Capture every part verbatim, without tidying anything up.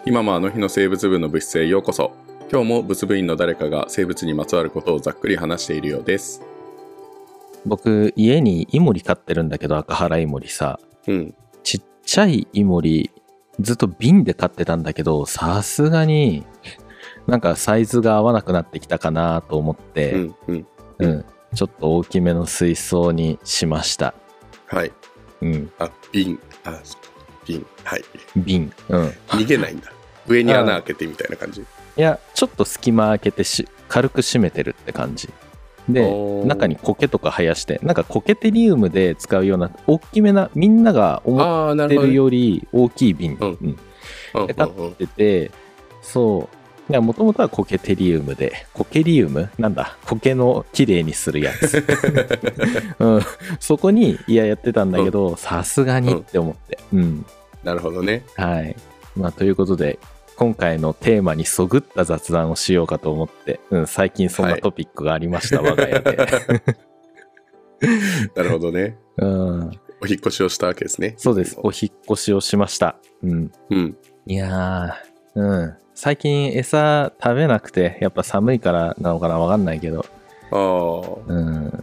今もあの日の生物部の部室へようこそ。今日も物部員の誰かが生物にまつわることをざっくり話しているようです。 僕家にイモリ飼ってるんだけど、赤原イモリさ、 うん、 ちっちゃいイモリずっと瓶で飼ってたんだけど、さすがになんかサイズが合わなくなってきたかなと思って、 うんうんうん、ちょっと大きめの水槽にしました。 はい。 うん。 あ、瓶。あ、瓶。はい。 瓶。うん。 逃げないんだ。上に穴開けてみたいな感じ。 いや、ちょっと隙間開けてし軽く締めてるって感じで、中に苔とか生やして、なんかコケテリウムで使うような大きめな、みんなが思ってるより大きい瓶、うんうん、で買ってて、そうもともとはコケテリウムで、コケリウムなんだ、苔のきれいにするやつ、うん、そこにいややってたんだけど、さすがにって思って、うん、 なるほどね。 はい。まあ、ということで今回のテーマにそぐった雑談をしようかと思って、うん、最近そんなトピックがありました、はい、我が家で。 なるほどね。 うん。 お引っ越しをしたわけですね。 そうです。お引っ越しをしました。うん。 うん。 いやー、うん。最近餌食べなくて、やっぱ寒いからなのかな、わかんないけど。 ああ。 うん。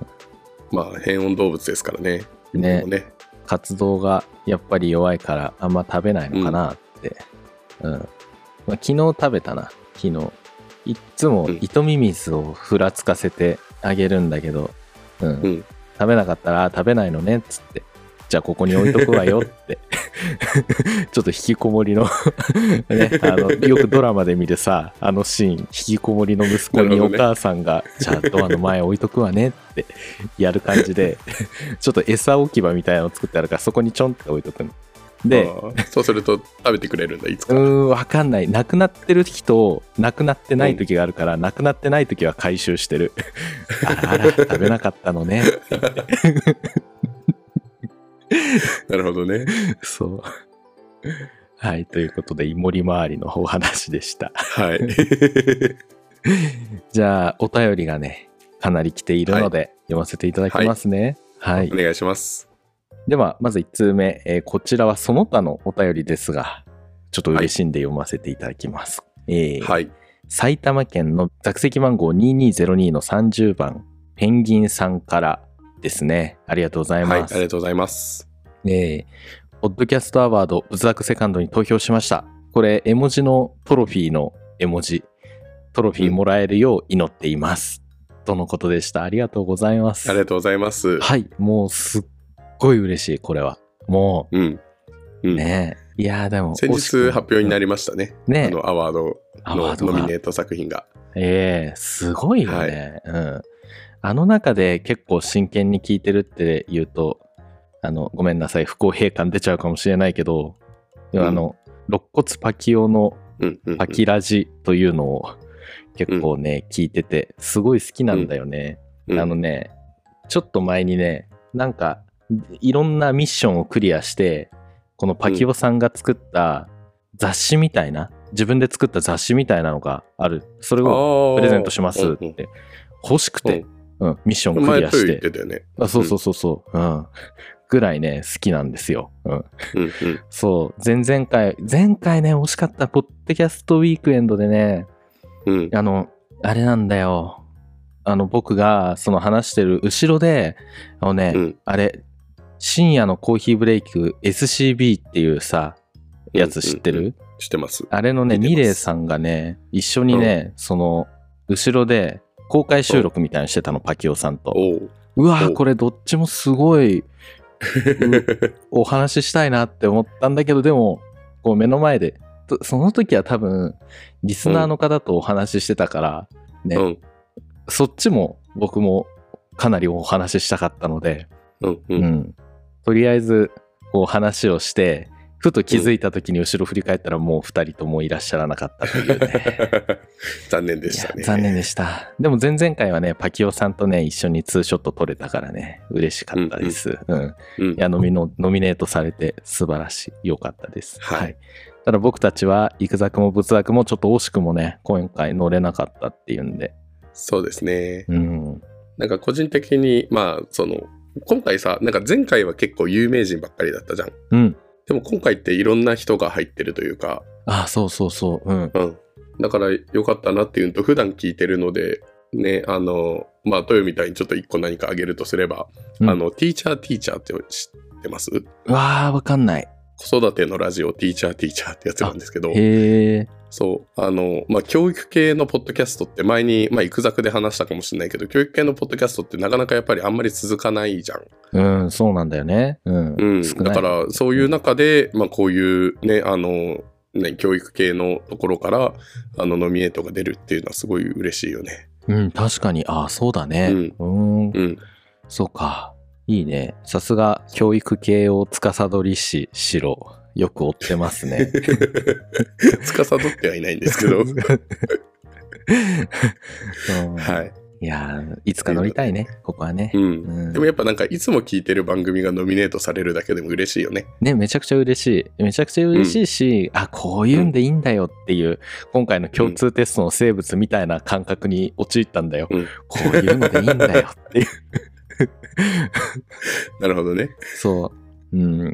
まあ変温動物ですからね。 ね。 ね。 活動がやっぱり弱いからあんま食べないのかなって。うん。うん、まあ、昨日食べたな。昨日いっつも糸ミミズをふらつかせてあげるんだけど、うんうん、食べなかったら食べないのねっつって、じゃあここに置いとくわよってちょっと引きこもりのね、あのよくドラマで見るさ、あのシーン、引きこもりの息子にお母さんが、ね、じゃあドアの前置いとくわねってやる感じでちょっと餌置き場みたいなのを作ってあるから、そこにちょんって置いとくので、 そうすると食べてくれるんだ、いつか。 うーん、わかんない。亡くなってる日と亡くなってない時があるから、うん、亡くなってない時は回収してる。あらあら、食べなかったのねって言って。 なるほどね。 そう。はい、ということで、イモリ周りのお話でした。 はい。 じゃあ、お便りがね、かなり来ているので、はい、読ませていただきますね。はい。はい、 お願いします。 ではまずいち通目、えー、こちらはその他のお便りですが、ちょっと嬉しいんで読ませていただきます。はい、えーはい、埼玉県の座席番号ににゼロにのさんじゅうばん、ペンギンさんからですね。ありがとうございます。はい、 ありがとうございます。 えー、ポッドキャストアワード仏作セカンドに投票しました。これ絵文字のトロフィーの絵文字、トロフィーもらえるよう祈っています、うん、とのことでした。ありがとうございます。 ありがとうございます。 はい、もうすっすごい嬉しい、これは。もう、うんうん、ねえ。いやでも先日発表になりましたね。 ね、 あのアワードのノミネート作品が。 ええー、すごいよね、はい、うん。あの中で結構真剣に聞いてるって言うと、あのごめんなさい、不公平感出ちゃうかもしれないけど、うん、あの肋骨パキオのパキラジというのを結構ね、うん、聞いててすごい好きなんだよね。うん、あのね、ちょっと前にね、なんかいろんなミッションをクリアして、このパキオさんが作った雑誌みたいな、うん、自分で作った雑誌みたいなのがある。それをプレゼントしますって欲しくて、うんうん、ミッションクリアして。 前言ってたよね。 あ、そうそうそうそう、うん、ぐらいね好きなんですよ。うんうんうん、そう、前々回前回ね惜しかった。ポッドキャストウィークエンドでね、うん、あのあれなんだよ。あの僕がその話してる後ろであのね、うん、あれ深夜のコーヒーブレイク エスシービー っていうさやつ知ってる？うんうんうん、 知ってます。 あれのねミレイさんがね一緒にね、うん、その後ろで公開収録みたいにしてたの、パキオさんと。うわこれどっちもすごいお話ししたいなって思ったんだけど、でもこう目の前でその時は多分リスナーの方とお話ししてたからね、うん、そっちも僕もかなりお話ししたかったので、うんうんうん、とりあえずこう話をしてふと気づいた時に後ろ振り返ったらもうふたりともいらっしゃらなかったというね残念でしたね。 残念でした。でも前々回はねパキオさんとね一緒にツーショット撮れたからね嬉しかったです、うんうんうん、いやノミのノミネートされて素晴らしい、良かったです、はいはい、ただ僕たちはイクザクもブツザクもちょっと惜しくもね今回乗れなかったっていうんで。 そうですね、 うん、 なんか個人的にまあその今回さ、なんか前回は結構有名人ばっかりだったじゃん、 うん、 でも今回っていろんな人が入ってるというか、 あ、そうそうそう。うん。 うん。だからよかったなっていうのと、普段聞いてるので、ね、あの、まあ、豊みたいにちょっと一個何かあげるとすれば、うん、あの、ティーチャーティーチャーって知ってます？ うわー、わかんない。 子育てのラジオティーチャーティーチャーってやつなんですけど、 へー。 そう、あの、まあ、教育系のポッドキャストって前に、まあ、いくざくで話したかもしれないけど、教育系のポッドキャストってなかなかやっぱりあんまり続かないじゃん。 うん、そうなんだよね。うん。 うん。だから、そういう中で、まあ、こういうね、あの、ね、教育系のところから、あの、ノミネートが出るっていうのはすごい嬉しいよね。 うん、確かに。ああ、そうだね。うん。うん。 そうか。いいね。さすが、教育系を司りし、しろ。よく追ってますね。 司ってはいないんですけど。はい。 いやー、いつか乗りたいね、ここはね、 うん。うん。でもやっぱなんかいつも聞いてる番組がノミネートされるだけでも嬉しいよね。 ね、めちゃくちゃ嬉しい。めちゃくちゃ嬉しいし、うん、あ、こういうんでいいんだよっていう、うん、今回の共通テストの生物みたいな感覚に陥ったんだよ。うん、こういうのでいいんだよっていう。 なるほどね。 そう。うん、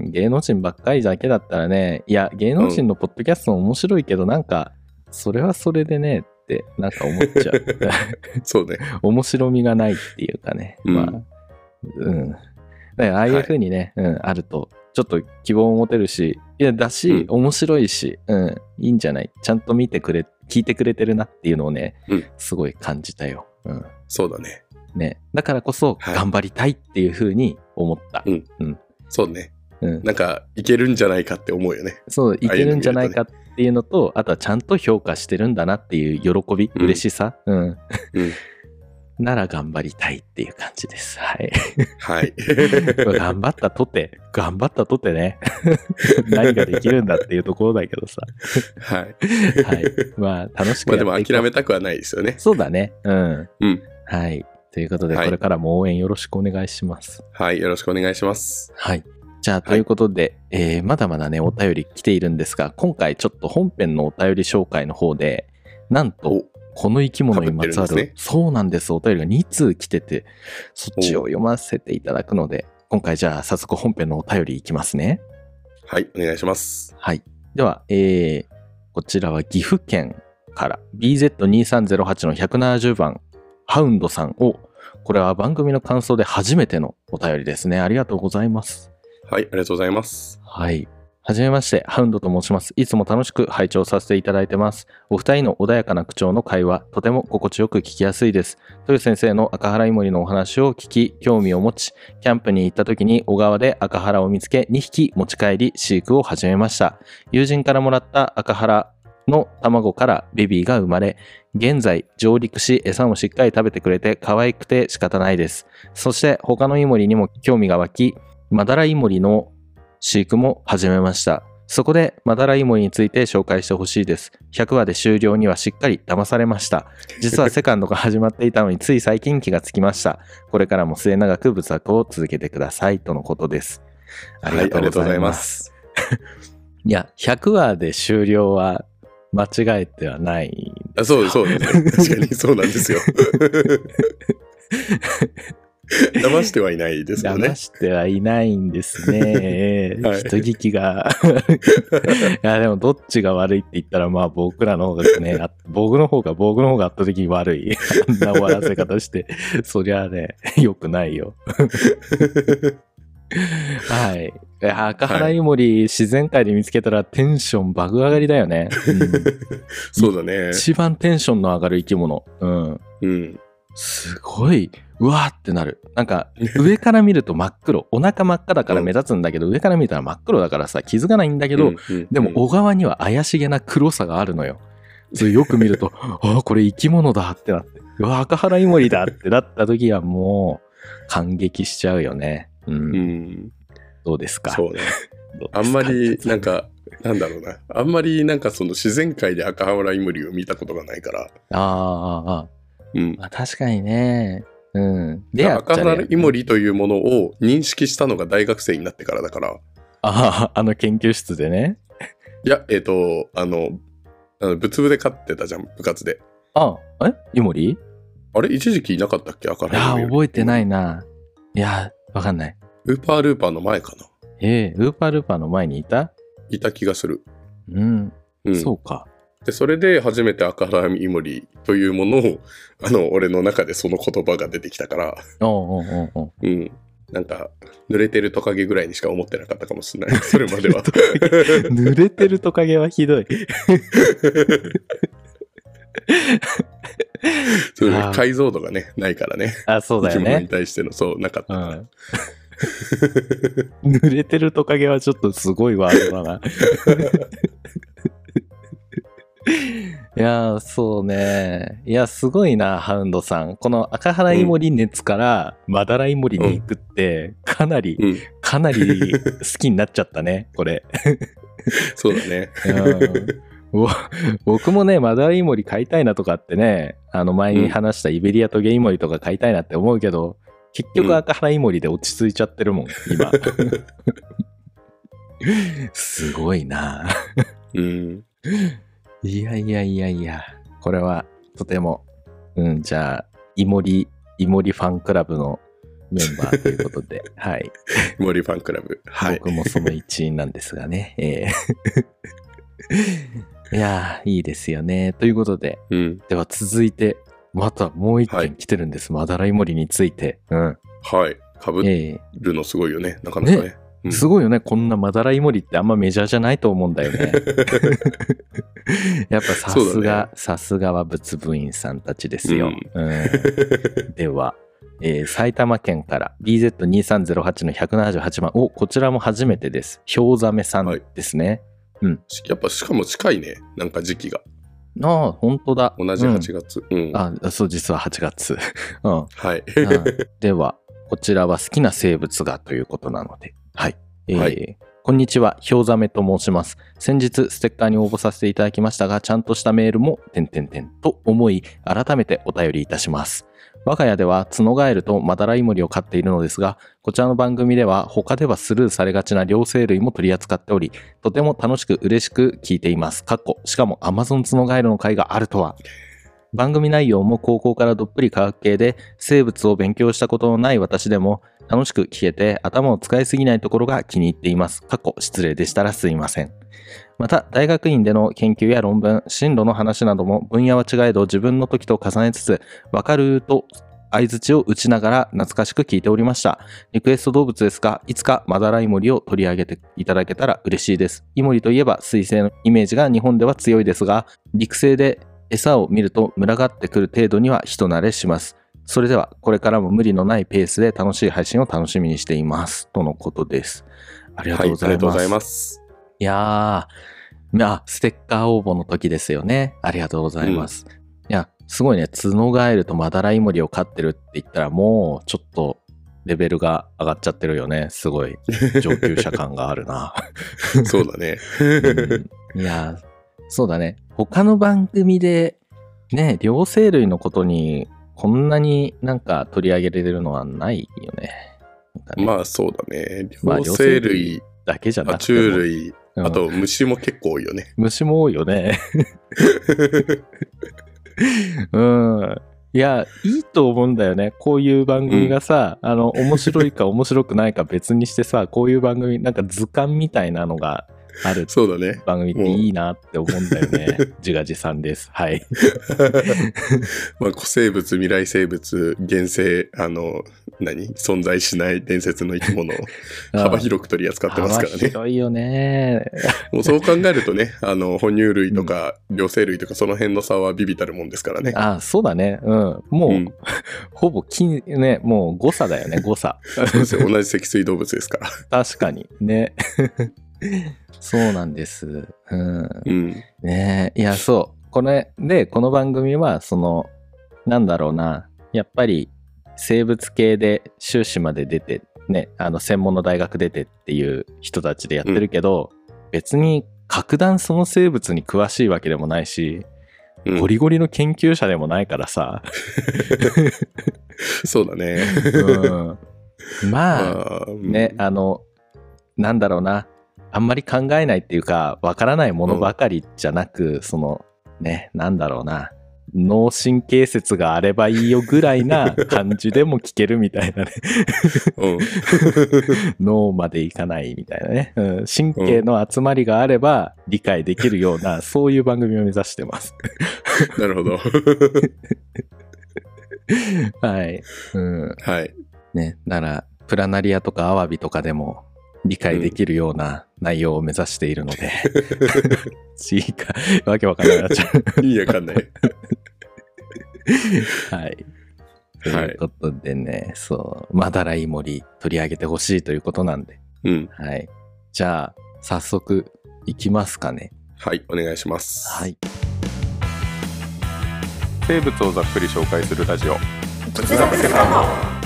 芸能人ばっかりだけだったらね、いや、芸能人のポッドキャストも面白いけど、なんか、それはそれでね、ってなんか思っちゃう。 そうね。 面白みがないっていうかね。うん、まあ、うん。だからああいう風にね、はい、うん、あると、ちょっと希望を持てるし、いや、だし、うん、面白いし、うん、いいんじゃない？ちゃんと見てくれ、聞いてくれてるなっていうのをね、うん、すごい感じたよ。うん。 そうだね。 ね。だからこそ、頑張りたいっていう風に思った。 はい、うん。うん。そうね。うん、なんか、いけるんじゃないかって思うよね。 そう、いけるんじゃないかっていうのと、あとはちゃんと評価してるんだなっていう喜び、うん、嬉しさ。うん。うん、なら頑張りたいっていう感じです。はい。はい。頑張ったとて、頑張ったとてね、何ができるんだっていうところだけどさ。 はい。 はい。まあ、楽しくやっていこう。 まあでも諦めたくはないですよね。 そうだね。うん。 うん。 はい。ということで、これからも応援よろしくお願いします。 はい。よろしくお願いします。 はい。じゃあ、ということで、はい、えー、まだまだね、お便り来ているんですが、今回ちょっと本編のお便り紹介の方で、なんと、この生き物にまつわる、ね、そうなんです、お便りがに通来てて、そっちを読ませていただくので、今回じゃあ早速本編のお便りいきますね。 はい、お願いします。 はい。では、えー、こちらは岐阜県から ビーゼットにさんゼロはち のひゃくななじゅうばん、ハウンドさんを、これは番組の感想で初めてのお便りですね。ありがとうございます。 はい、ありがとうございます。 はい。はじめまして、ハウンドと申します。いつも楽しく拝聴させていただいてます。お二人の穏やかな口調の会話、とても心地よく聞きやすいです。豊先生の赤原イモリのお話を聞き、興味を持ち、キャンプに行った時に小川で赤原を見つけ、にひき持ち帰り、飼育を始めました。友人からもらった赤原の卵からベビーが生まれ、現在上陸し餌もしっかり食べてくれて可愛くて仕方ないです。そして他のイモリにも興味が湧き、マダライモリの飼育も始めました。そこでマダライモリについて紹介してほしいです。ひゃくわで終了にはしっかり騙されました。実はセカンドが始まっていたのについ最近気がつきました。これからも末永く仏作を続けてくださいとのことです。ありがとうございます。はい、いや、ひゃくわで終了は間違えてはない。 あ、そうそうですね。確かにそうなんですよ。騙してはいないですよね。 騙してはいないんですね。はい、人聞きが。いや、でもどっちが悪いって言ったら、まあ僕らの方がね、僕の方が、僕の方が圧倒的に悪い。あんな終わらせ方して、そりゃあね、良くないよ。はい。赤原イモリ、自然界で見つけたらテンション爆上がりだよね。うん、 そうだね。 一番テンションの上がる生き物。うん。 うん。 すごい、うわーってなる。なんか、上から見ると真っ黒。お腹真っ赤だから目立つんだけど、うん、上から見たら真っ黒だからさ、気づかないんだけど、うんうんうん、でも小川には怪しげな黒さがあるのよ。それよく見ると、ああ、これ生き物だってなって、うわ、赤原イモリだってなった時はもう、感激しちゃうよね。うん。うん、どうですか？ そうね。あんまり、なんか、なんだろうな。あんまりなんかその自然界で赤原イモリを見たことがないから。 ああ、ああ。うん、まあ、確かにね。うん。 で、赤原イモリというものを認識したのが大学生になってからだから。 ああ、あの研究室でね。 いや、えっ、ー、と、あの、あの仏部で飼ってたじゃん、部活で。 ああ、えイモリ？あれ一時期いなかったっけ、赤原イモリ。 いや、覚えてないな。いや、わかんない。 ウーパールーパーの前かな。 ええー、ウーパールーパーの前にいた？ いた気がする。 うん。 うん、 そうか。 でそれで初めて赤原イモリというものをあの俺の中でその言葉が出てきたから、 おうおうおうおう、 うん、なんか濡れてるトカゲぐらいにしか思ってなかったかもしれないそれまでは濡れてるトカゲはひどいそうね、解像度がねないからね。 あ、そうだよね。 生き物に対してのそうなかったから、 うん、濡れてるトカゲはちょっとすごいワードだないやー、そうね。いや、すごいな、ハウンドさん。この赤原イモリ熱からマダライモリに行くって、かなり、うん、かなり好きになっちゃったね、これ。 そうだね。 うん、僕もね、マダライモリ買いたいなとかってね、あの前に話したイベリアトゲイモリとか買いたいなって思うけど、結局赤原イモリで落ち着いちゃってるもん、今。すごいな。 うん。 いやいやいやいや、これはとても、うん、じゃあ、イモリ、イモリファンクラブのメンバーということで、はい。 イモリファンクラブ。はい。 僕もその一員なんですがね。えー、いやー、いいですよね。ということで、 うん、 では続いて、またもう一件来てるんです。はい、マダライモリについて。うん。 はい。かぶるのすごいよね。えー、なかなかね。ねうん、すごいよね。こんなマダライモリってあんまメジャーじゃないと思うんだよね。やっぱさすが、さすがは仏部員さんたちですよ。うんうん、では、えー、埼玉県から ビーゼットにさんゼロはち のひゃくななじゅうはちばん。お、こちらも初めてです。ひょうざめさんですね。はい、うん。 やっぱしかも近いね。なんか時期が。 ああ、本当だ。 同じはちがつ。うん。うん、 あ、そう、実ははちがつ。うん。 はい。 では、こちらは好きな生物がということなので。はい。えー、 はい、 こんにちは、ひょうざめと申します。先日ステッカーに応募させていただきましたが、ちゃんとしたメールも点々点と思い、改めてお便りいたします。我が家ではツノガエルとマダライモリを飼っているのですが、こちらの番組では他ではスルーされがちな両生類も取り扱っており、とても楽しく嬉しく聞いています。かっこしかも Amazon ツノガエルの回があるとは。番組内容も高校からどっぷり科学系で生物を勉強したことのない私でも楽しく聞けて頭を使いすぎないところが気に入っています。過去失礼でしたらすいません。また大学院での研究や論文、進路の話なども分野は違えど自分の時と重ねつつわかると相槌を打ちながら懐かしく聞いておりました。リクエスト動物ですが、いつかマダライモリを取り上げていただけたら嬉しいです。イモリといえば水生のイメージが日本では強いですが、陸生で餌を見ると群がってくる程度には人慣れします。それではこれからも無理のないペースで楽しい配信を楽しみにしていますとのことです。ありがとうございます。はい、ありがとうございます。いやー、あ、ステッカー応募の時ですよね。ありがとうございます。うん、いや、すごいね。ツノガエルとマダライモリを飼ってるって言ったらもうちょっとレベルが上がっちゃってるよね。すごい上級者感があるな。 そうだね。 うん、いや、そうだね。他の番組でね、両生類のことにこんなになんか取り上げれるのはないよね。なんかね、 まあそうだね。両生類だけじゃなくて爬虫類、うん、あと虫も結構多いよね。 虫も多いよね。うん。いや、いいと思うんだよね。こういう番組がさ、うん、あの、面白いか面白くないか別にしてさ、こういう番組、なんか図鑑みたいなのがあるそうだね。 番組っていいなって思うんだよね。自画自賛です。はい。 まあ、古生物、未来生物、現世、あの、何存在しない伝説の生き物を幅広く取り扱ってますからね。 幅広いよね。 もうそう考えるとね、あの、哺乳類とか、両生類とか、その辺の差はビビたるもんですからね。 ああ、そうだね。うん。もう、うん、ほぼ金、ね、もう誤差だよね、誤差。 そうですよ。同じ脊椎動物ですから。 確かに。ね。そうなんです。うん。 うん、 ねえ。いや、そう。これで、この番組は、その、なんだろうな。やっぱり、生物系で修士まで出て、ね、あの、専門の大学出てっていう人たちでやってるけど、うん、別に、格段その生物に詳しいわけでもないし、うん、ゴリゴリの研究者でもないからさ。 そうだね。 うん。まあ、あね、あの、なんだろうな。あんまり考えないっていうか、わからないものばかりじゃなく、うん、その、ね、なんだろうな。 脳神経節があればいいよぐらいな感じでも聞けるみたいなね、うん、脳までいかないみたいなね、うん、神経の集まりがあれば理解できるような、うん、そういう番組を目指してますなるほどはい、うん、 はいね、だからプラナリアとかアワビとかでも理解できるような内容を目指しているので、うん、いいかわけわかんないなっちゃういいわかんないはいということでね、はい、そうマダライモリ取り上げてほしいということなんで、 うん、 はい、じゃあ早速いきますかね。 はい、お願いします。 はい、 生物をざっくり紹介するラジオ哲学セカンド。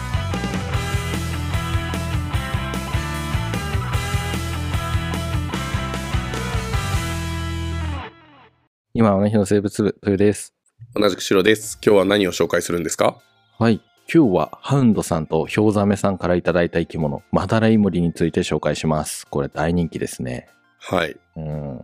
今はの日の生物部というです。 同じく白です。今日は何を紹介するんですか？ はい、今日はハウンドさんとヒョウザメさんからいただいた生き物マダライモリについて紹介します。これ大人気ですね。 はい、 うん、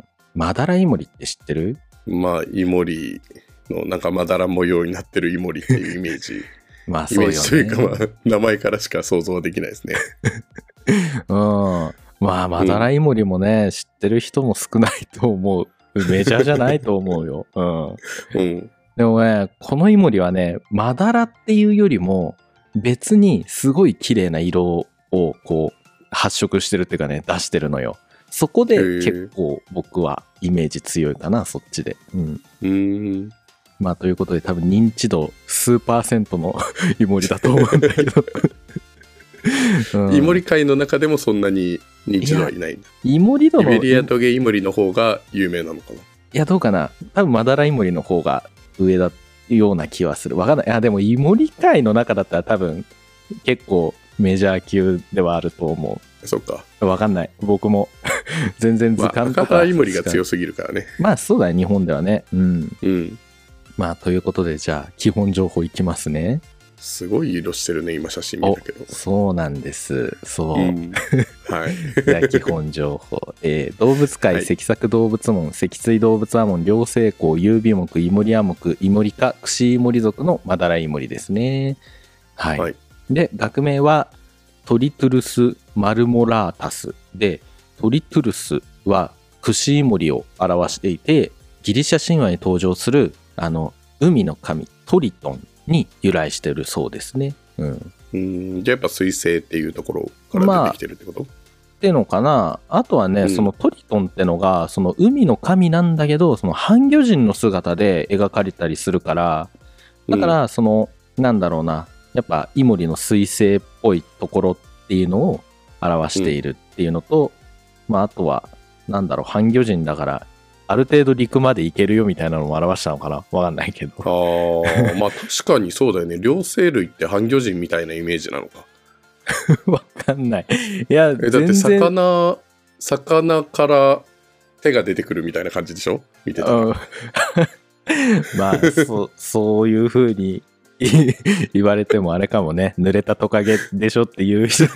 マダライモリって知ってる？ まあイモリのなんかまだら模様になってるイモリっていうイメージまあそうよね、 イメージというか、まあ、名前からしか想像できないですねうん、まあマダライモリもね、うん、知ってる人も少ないと思う。メジャーじゃないと思うよ。うん。うん、でもね、このイモリはね、マダラっていうよりも、別にすごい綺麗な色をこう発色してるっていうかね、出してるのよ。そこで結構僕はイメージ強いかな、そっちで。うん。 うーん。 まあということで多分認知度数パーセントのイモリだと思うんだけど。 うん、イモリ界の中でもそんなに認知度はいないんだ。 イモリ度のイベリアトゲイモリの方が有名なのかな。いやどうかな、多分マダライモリの方が上だような気はする。わかんない。いやでもイモリ界の中だったら多分結構メジャー級ではあると思う。そっか。 わかんない。僕も全然図鑑とか、 まあ、赤原イモリが強すぎるからね。 まあそうだね、日本ではね。うん。 うん。 まあということでじゃあ基本情報いきますね。 すごい色してるね、今写真見たけど。 そうなんです。そう。うん、 はい。 じゃあ基本情報。えー、動物界、脊索動物門、脊椎動物アモン、両生項、有尾目、イモリア目、イモリ科、クシイモリ属のマダライモリですね。はい。はい、で、学名はトリトゥルス・マルモラータスで、トリトゥルスはクシイモリを表していて、ギリシャ神話に登場するあの海の神トリトンに由来してるそうですね。うん。 うんじゃあやっぱ水星っていうところから出てきてるってこと？まあ、 ってのかな。あとはね、うん、そのトリトンってのがその海の神なんだけど、その半魚人の姿で描かれたりするから、だからその、うん、なんだろうな、やっぱイモリの水星っぽいところっていうのを表しているっていうのと、うん、まああとはなんだろう、半魚人だからある程度陸まで行けるよみたいなのも表したのかな、わかんないけど。 ああ、まあ確かにそうだよね。両生類って半魚人みたいなイメージなのか。 わかんない。いや、 えだって魚、魚から手が出てくるみたいな感じでしょ？見てたら。うん、 まあそ、そういう風に言われてもあれかもね。濡れたトカゲでしょっていう人。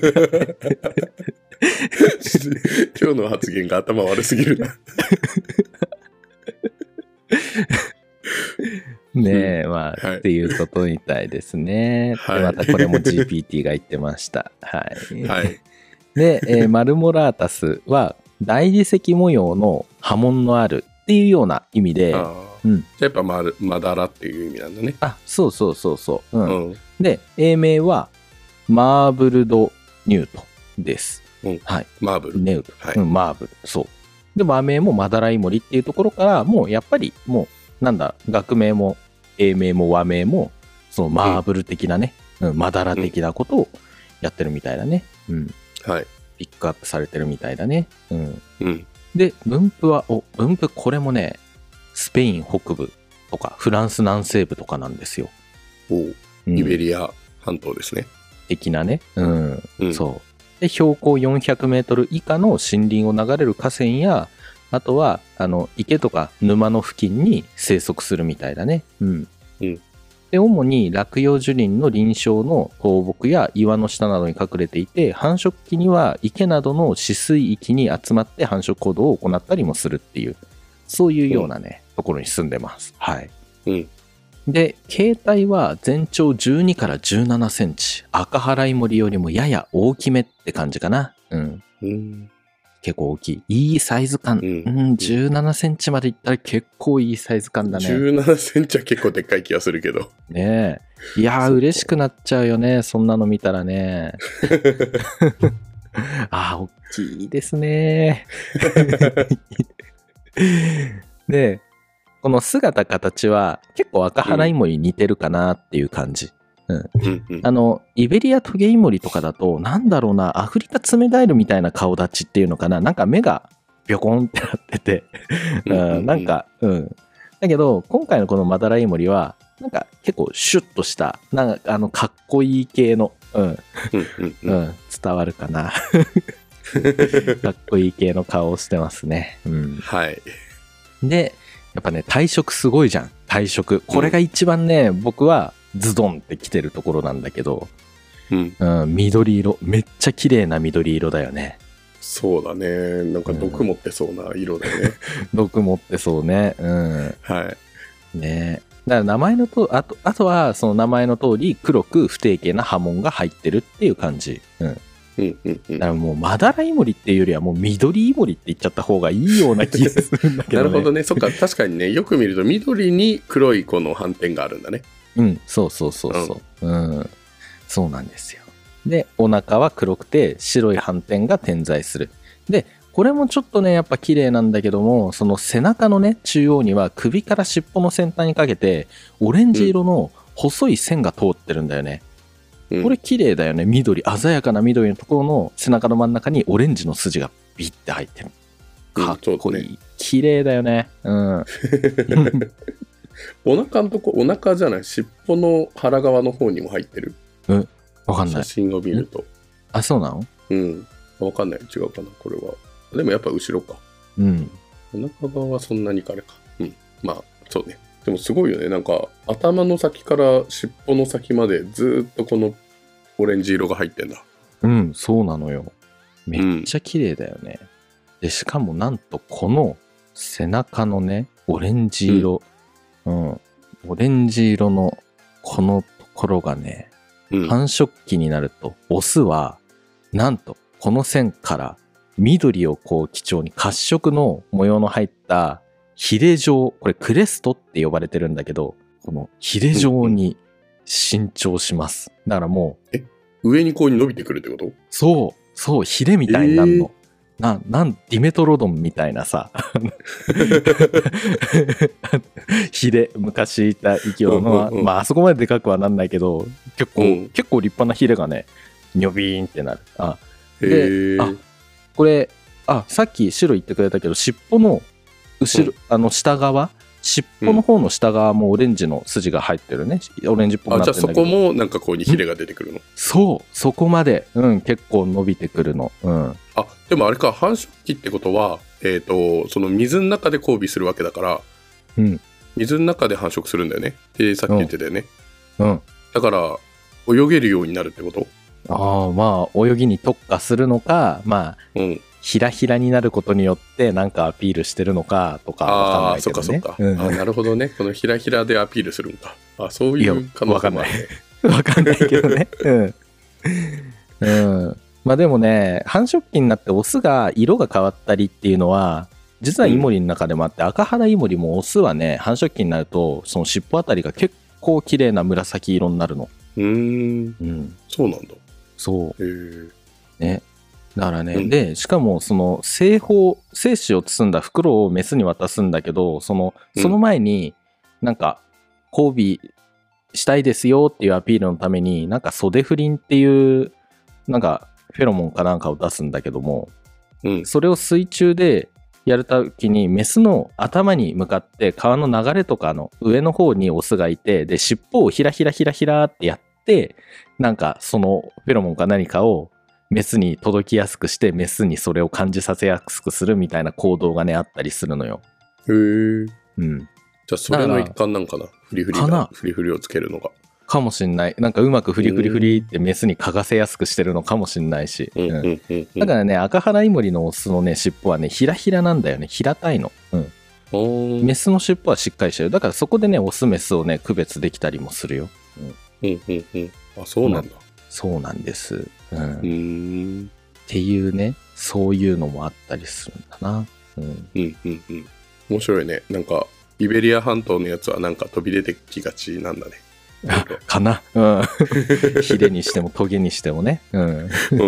今日の発言が頭悪すぎるな。 ねえ、まあ、はい、っていうことみたいですね。はい、でまたこれも ジーピーティー が言ってました。はい。 はい、 で、えー、マルモラータスは大理石模様の波紋のあるっていうような意味で、 うん、じゃあやっぱままだらっていう意味なんだね。 あ、そうそうそうそう。うんうん、で、英名はマーブルドニュートです。 うん、 はい。 マーブル。 ネウト、 はい、 うん、マーブル。そう。で、和名もマダライモリっていうところから、もうやっぱりもう、なんだ、学名も英名も和名も、そのマーブル的なね、うんうん、マダラ的なことをやってるみたいだね。うん。 はい。 ピックアップされてるみたいだね。うん。 うん、 で、分布は、お、分布これもね、スペイン北部とか、フランス南西部とかなんですよ。 おう、イベリア半島ですね。 的なね。うん。うん、そう。で標高よんひゃくメートル以下の森林を流れる河川や、あとはあの池とか沼の付近に生息するみたいだね。うんうん、 で主に落葉樹林の林床の倒木や岩の下などに隠れていて、繁殖期には池などの止水域に集まって繁殖行動を行ったりもするっていう、そういうようなね、うん、ところに住んでます。はい。 うんで、形態は全長じゅうにからじゅうななセンチ。赤原イモリよりもやや大きめって感じかな。うん。 うん結構大きい。いいサイズ感。 ううんん、じゅうななセンチまでいったら結構いいサイズ感だね。 じゅうななセンチは結構でっかい気がするけど。 ねえ。いやー、嬉しくなっちゃうよね。そんなの見たらね。あー、大きいですね。で、この姿形は結構赤原イモリに似てるかなっていう感じ。うんうんうんあの、イベリアトゲイモリとかだと、なんだろうな、アフリカツメガエルみたいな顔立ちっていうのかな。なんか目がビョコンってなってて、 うんうんうんうんなんか、うん。だけど、今回のこのマダライモリは、なんか結構シュッとした、なんかあの、かっこいい系の、うん、 うんうんううんん、伝わるかな。かっこいい系の顔をしてますね。うん。 はい。 で、やっぱね、体色すごいじゃん。体色。これが一番ね、僕はズドンってきてるところなんだけど、 うん、 うん、緑色。めっちゃ綺麗な緑色だよね。 そうだね。なんか毒持ってそうな色だよね。 毒持ってそうね。うん。 はい。 ねだから名前のと、あと、あとはその名前の通り黒く不定形な波紋が入ってるっていう感じ。うん。 うんうんうん。 だからもうマダライモリっていうよりはもう緑イモリって言っちゃった方がいいような気がするんだけどね。 なるほどね。そっか、確かにね、よく見ると緑に黒いこの斑点があるんだね。 うん、そうそうそうそう。うん、そうなんですよ。で、お腹は黒くて白い斑点が点在する。で、これもちょっとね、やっぱ綺麗なんだけども、その背中のね、中央には首から尻尾の先端にかけて、オレンジ色の細い線が通ってるんだよね。 うん、 これ綺麗だよね。緑、鮮やかな緑のところの背中の真ん中にオレンジの筋がビッて入ってる。かっこいい。うんね、綺麗だよね。うん。 お腹のとこ、お腹じゃない、尻尾の腹側の方にも入ってる。 うん。わかんない。 写真を見ると。 あ、そうなの？ うん。わかんない。違うかな、これは。でもやっぱ後ろか。 うん。 お腹側はそんなにかれか。うん。まあ、そうね。でもすごいよね。なんか、頭の先から尻尾の先までずっとこのオレンジ色が入ってんだ。 うん、そうなのよ。めっちゃ綺麗だよね。うん、で、しかもなんとこの背中のね、オレンジ色、うん、うん、オレンジ色のこのところがね、うん、繁殖期になると、オスは、なんとこの線から緑をこう基調に褐色の模様の入ったヒレ状、これクレストって呼ばれてるんだけど、このヒレ状に伸長します。だからもう、え、上にこう伸びてくるってこと？ そう、そう、ヒレみたいになるの。えー、な、なん、ディメトロドンみたいなさ。ヒレ、昔いた生き物の、うんうんうん、まあ、あそこまででかくはなんないけど、結構、うん、結構立派なヒレがね、ニョビーンってなる。あ、で、あ、これ、あ、さっき白言ってくれたけど、尻尾の後ろ、うん、あの、下側、尻尾の方の下側もオレンジの筋が入ってるね。オレンジっぽくなってるんだけど。 あ、じゃあそこもなんかこうにヒレが出てくるの？ そう、そこまで、うん、結構伸びてくるの。うん。 あ、でもあれか、繁殖期ってことは、えっと、その水の中で交尾するわけだから、 うん。 水の中で繁殖するんだよね。で、さっき言ってたよね。 うん。うん、 だから、泳げるようになるってこと？ ああ、まあ、泳ぎに特化するのか、まあ、うん。ひらひらになることによってなんかアピールしてるのかとかわかんないけどね。ああ、そっかそっか。 うん、あ、なるほどね。このひらひらでアピールするんか。あ、そういう可能性もあるね。 わかんないけどね。うん。うん。まあでもね、繁殖期になってオスが色が変わったりっていうのは、実はイモリの中でもあって、うん、赤原イモリもオスはね、繁殖期になると、その尻尾あたりが結構綺麗な紫色になるの。 うーん。うん。そうなんだ。 そう。 へー。 ね。だからね、 うん、 で、しかもその精胞、精子を包んだ袋をメスに渡すんだけど、その、その前になんか交尾したいですよっていうアピールのために、なんかソデフリンっていうなんかフェロモンかなんかを出すんだけども、うん、それを水中でやるときにメスの頭に向かって川の流れとかの上の方にオスがいて、で、尻尾をひらひらひらひらってやって、なんかそのフェロモンか何かをメスに届きやすくして、メスにそれを感じさせやすくするみたいな行動がね、あったりするのよ。 へー。 うん。 じゃあそれの一環なんかな、フリフリが、フリフリをつけるのが。 かもしんない。なんかうまくフリフリフリってメスに嗅がせやすくしてるのかもしんないし。うんうんうんうん、だからね、赤原イモリのオスのね、尻尾はね、ひらひらなんだよね。平たいの。うん。 メスの尻尾はしっかりしてる。だからそこでね、オスメスをね、区別できたりもするよ。 うんうんうんうん。あ、そうなんだ。 そうなんです。うん。 うーん。 っていうね、そういうのもあったりするんだな。うん。 うんうんうん。面白いね。なんか、イベリア半島のやつはなんか飛び出てきがちなんだね。 かな。うん。ヒレにしてもトゲにしてもね。うん。 うん。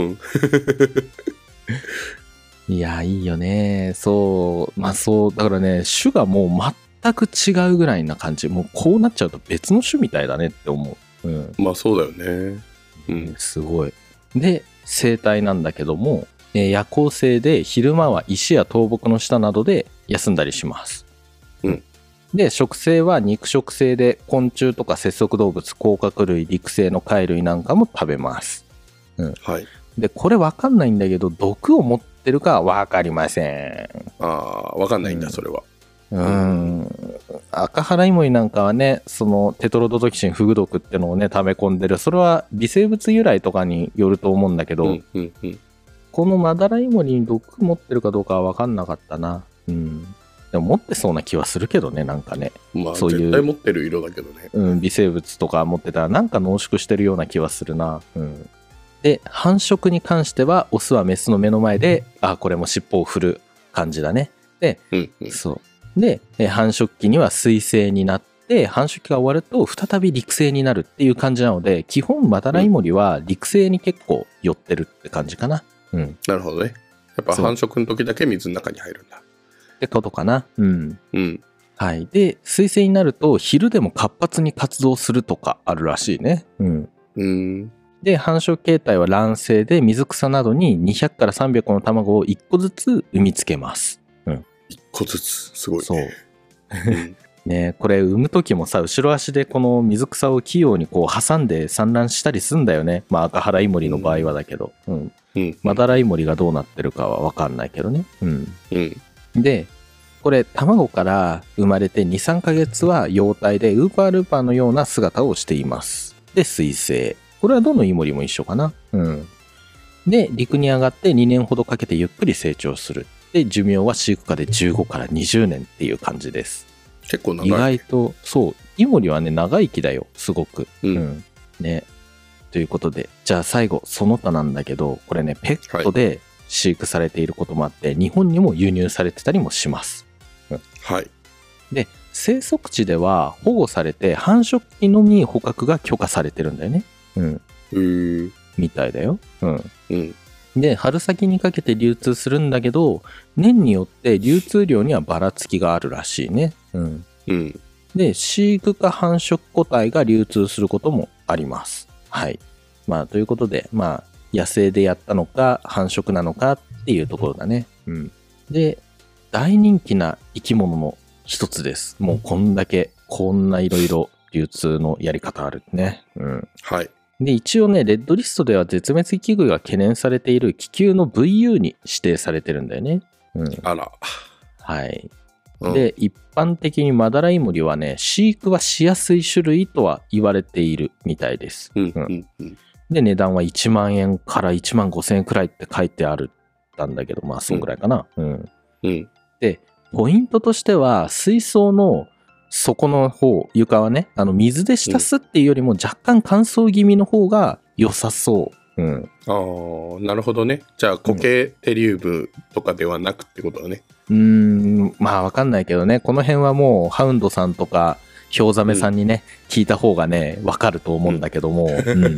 いや、いいよね。そう。まあそう。だからね、種がもう全く違うぐらいな感じ。もうこうなっちゃうと別の種みたいだねって思う。うん。 まあそうだよね。うん。 すごい。で、生態なんだけども、えー夜行性で昼間は石や倒木の下などで休んだりします。 うん。 で、食性は肉食性で昆虫とか節足動物、甲殻類、陸生の貝類なんかも食べます。うん。 はい。 で、これわかんないんだけど、毒を持ってるかわかりません。 ああ、わかんないんだ、それは。 うーん。赤原イモリなんかはね、そのテトロドトキシン、フグ毒ってのをね、溜め込んでる。それは微生物由来とかによると思うんだけど、 うんうんうん。 このマダライモリに毒持ってるかどうかはわかんなかったな。うん。でも持ってそうな気はするけどね、なんかね。 まあ、 そういう絶対持ってる色だけどね。 うん、微生物とか持ってたらなんか濃縮してるような気はするな。うん。で、繁殖に関しては、オスはメスの目の前で、あ、これも尻尾を振る感じだね。で、 うんうん。 そう。で、え繁殖期には水生になって、繁殖期が終わると再び陸生になるっていう感じなので、基本マダライモリは陸生に結構寄ってるって感じかな。うん。 なるほどね。やっぱ繁殖の時だけ水の中に入るんだ。 ってことかな。うん。 うん。 はい。で、水生になると昼でも活発に活動するとかあるらしいね。うん。 うーん。 で、繁殖形態は卵生で水草などににひゃくからさんびゃくこの卵をいっこずつ産みつけます。うん。 いっこずつ。すごいね。 そう。 うんね、これ産む時もさ、後ろ足でこの水草を器用にこう挟んで産卵したりすんだよね。まあ赤原イモリの場合はだけど。うん。 うん。 マダライモリがどうなってるかはわかんないけどね。うん。 うん。 で、これ卵から生まれてに、さんかげつは幼体でウーパールーパーのような姿をしています。で、水生。これはどのイモリも一緒かな。うん。で、陸に上がってにねんほどかけてゆっくり成長する。で、寿命は飼育下でじゅうごからにじゅうねんっていう感じです。 結構長い。 意外と、そう、イモリはね、長生きだよ、すごく。 うん。 うん、ね。ということで、じゃあ最後、その他なんだけど、これね、ペットで飼育されていることもあって、はい、日本にも輸入されてたりもします。うん、 はい。 で、生息地では保護されて繁殖期のみ捕獲が許可されてるんだよね。うん。 うーん。 みたいだよ。うん。 うん。 で、春先にかけて流通するんだけど、年によって流通量にはばらつきがあるらしいね。うん。 うん。 で、飼育か繁殖個体が流通することもあります。はい。まあ、ということで、まあ、野生でやったのか、繁殖なのかっていうところだね。うん。で、大人気な生き物の一つです。もうこんだけ、こんないろいろ流通のやり方あるね。うん。 はい。 で、一応ね、レッドリストでは絶滅危惧が懸念されている気球の ブイユー に指定されてるんだよね。うん。 あら。 はい。 うん、 で、一般的にマダライモリはね、飼育はしやすい種類とは言われているみたいです。 うんうんうん、 で、値段はいちまんえんからいちまんごせんえんくらいって書いてあるたんだけど、まあ、そんぐらいかな。うん。うんうん、 で、ポイントとしては、水槽の底の方、床はね、あの水で浸すっていうよりも若干乾燥気味の方が良さそう。うん。 ああ、なるほどね。じゃあ、固形テリウムとかではなくってことだね。 うーん、まあわかんないけどね、この辺はもうハウンドさんとかヒョウザメさんにね、うん、聞いた方がね、わかると思うんだけども。うんうん、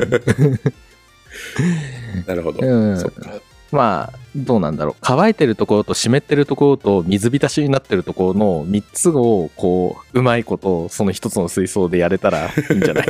なるほど。 うん、 そっか。 まあ、どうなんだろう。乾いてるところと湿ってるところと水浸しになってるところのみっつを、こう、うまいことその一つの水槽でやれたらいいんじゃない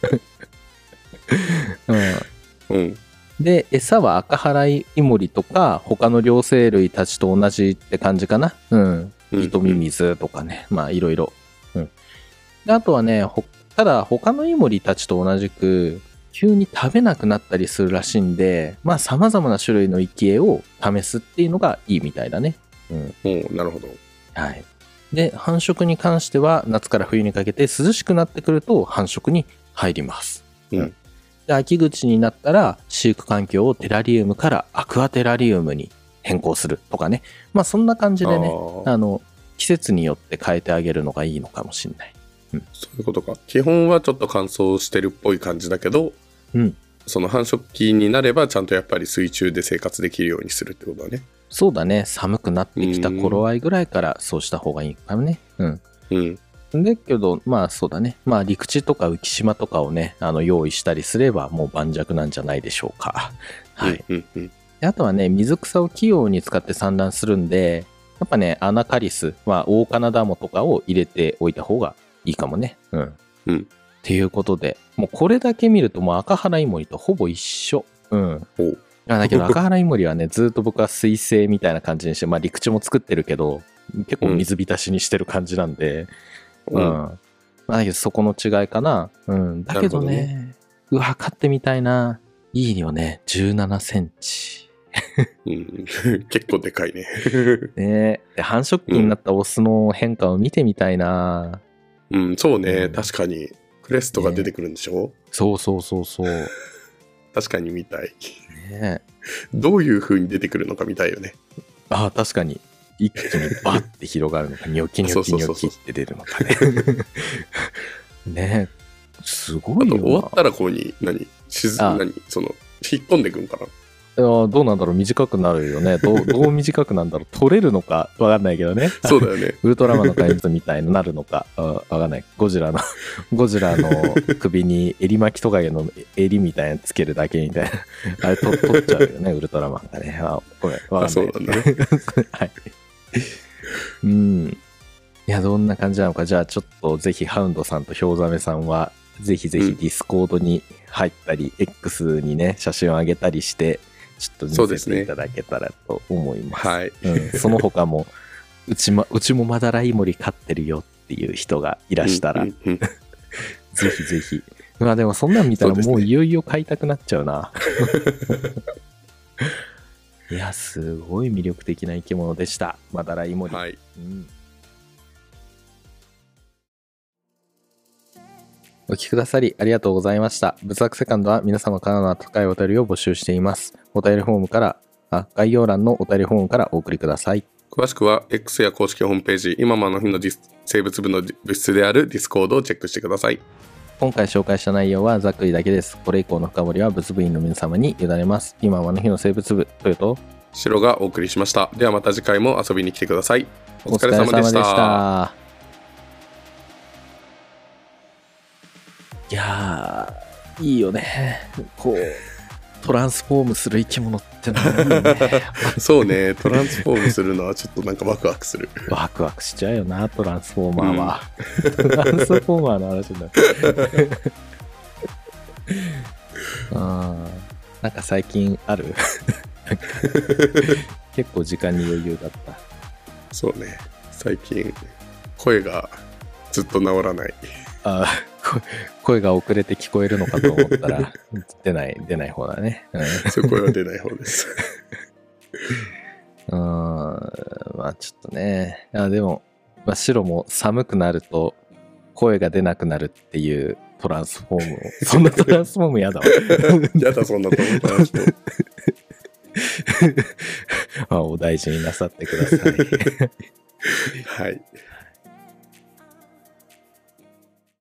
うん。うんで、餌は赤原イモリとか他の両生類たちと同じって感じかな。うん。糸ミミズとかね。まあいろいろ。うん。で、あとはね、ただ他のイモリたちと同じく、急に食べなくなったりするらしいんで、まあ様々な種類の生き餌を試すっていうのがいいみたいだね。うん。 おなるほど。 はい。で、繁殖に関しては夏から冬にかけて涼しくなってくると繁殖に入ります。 うん。うんで秋口になったら飼育環境をテラリウムからアクアテラリウムに変更するとかね。まあそんな感じでね、あの、 季節によって変えてあげるのがいいのかもしれない。うん、 そういうことか。基本はちょっと乾燥してるっぽい感じだけど、 うん、 その繁殖期になればちゃんとやっぱり水中で生活できるようにするってことだね。 そうだね。寒くなってきた頃合いぐらいからそうした方がいいかもね。うん。 うん。 だけど、まあそうだね。まあ陸地とか浮島とかをね、あの用意したりすればもう盤石なんじゃないでしょうか。はい。 うんうんうん、 あとはね、水草を器用に使って産卵するんで、やっぱね、アナカリス、まあオオカナダモとかを入れておいた方がいいかもね。うん。 うん。 っていうことで、もうこれだけ見るともう赤原イモリとほぼ一緒。うん。 おだけど赤原イモリはね、ずっと僕は水生みたいな感じにして、まあ陸地も作ってるけど、結構水浸しにしてる感じなんで、うん。うん、まあ、だけどそこの違いかな。うん。だけどね、ねうわ、飼ってみたいな。いいよね。じゅうななセンチ。 うん、結構でかいね。 ねえ。繁殖期になったオスの変化を見てみたいな。 うん、うん、そうね、うん。確かに。クレストが出てくるんでしょ、ね、 そうそうそうそう。 確かに見たい。 ね、 どういう風に出てくるのか見たいよね。 ああ、確かに。一気にバッて広がるのか、ニョキニョキニョキって出るのかね。ねえ、すごいよな。あと終わったらこうに、何しず、何その、引っ込んでくんかな。 いやどうなんだろう、短くなるよね。どう、どう短くなんだろう。取れるのかわかんないけどね。 そうだよね。 ウルトラマンの怪物みたいになるのかわかんない。ゴジラの、ゴジラの首に襟巻きトカゲの襟みたいなつけるだけみたいな。あれと取っちゃうよね、ウルトラマンがね。あ、ごめん、わかんない。 そうなんだね。 はい。うん。いや、どんな感じなのか。じゃあちょっとぜひハウンドさんとヒョウザメさんは、ぜひぜひディスコードに入ったり、うん、X にね、写真を上げたりして、ちょっと見せていただけたらと思います。 はい。 うん、その他も、うちも、うちもマダライモリ飼ってるよっていう人がいらしたら、うんうんうん、ぜひぜひ。まあでもそんなん見たらもういよいよ飼いたくなっちゃうな。いや、すごい魅力的な生き物でした。マダライモリ。 はい。うん、 お聞きくださりありがとうございました。仏作セカンドは皆様からの温かいお便りを募集しています。お便りフォームから、あ、概要欄のお便りフォームからお送りください。 詳しくは X や公式ホームページ、今もあの日のディス生物部の物質であるディスコードをチェックしてください。 今回紹介した内容はざっくりだけです。これ以降の深掘りは物部員の皆様に委ねます。今もあの日の生物部、トヨとシロがお送りしました。ではまた次回も遊びに来てください。お疲れ様でした。 お疲れ様でした。いやー、いいよね。こう、トランスフォームする生き物ってのはいいよね。 そうね、トランスフォームするのはちょっとなんかワクワクする。 ワクワクしちゃうよな、トランスフォーマーは。うん、トランスフォーマーの話になる。あなんか最近ある結構時間に余裕だった。 そうね、最近声がずっと治らない。 あ声が遅れて聞こえるのかと思ったら出ない出ない方だね。 うん、そう声は出ない方です。 うーんまあちょっとね、あでも、まあ、白も寒くなると声が出なくなるっていうトランスフォームをそんなトランスフォームやだわ。 やだそんなトランスフォーム。 まあお大事になさってください。 はい。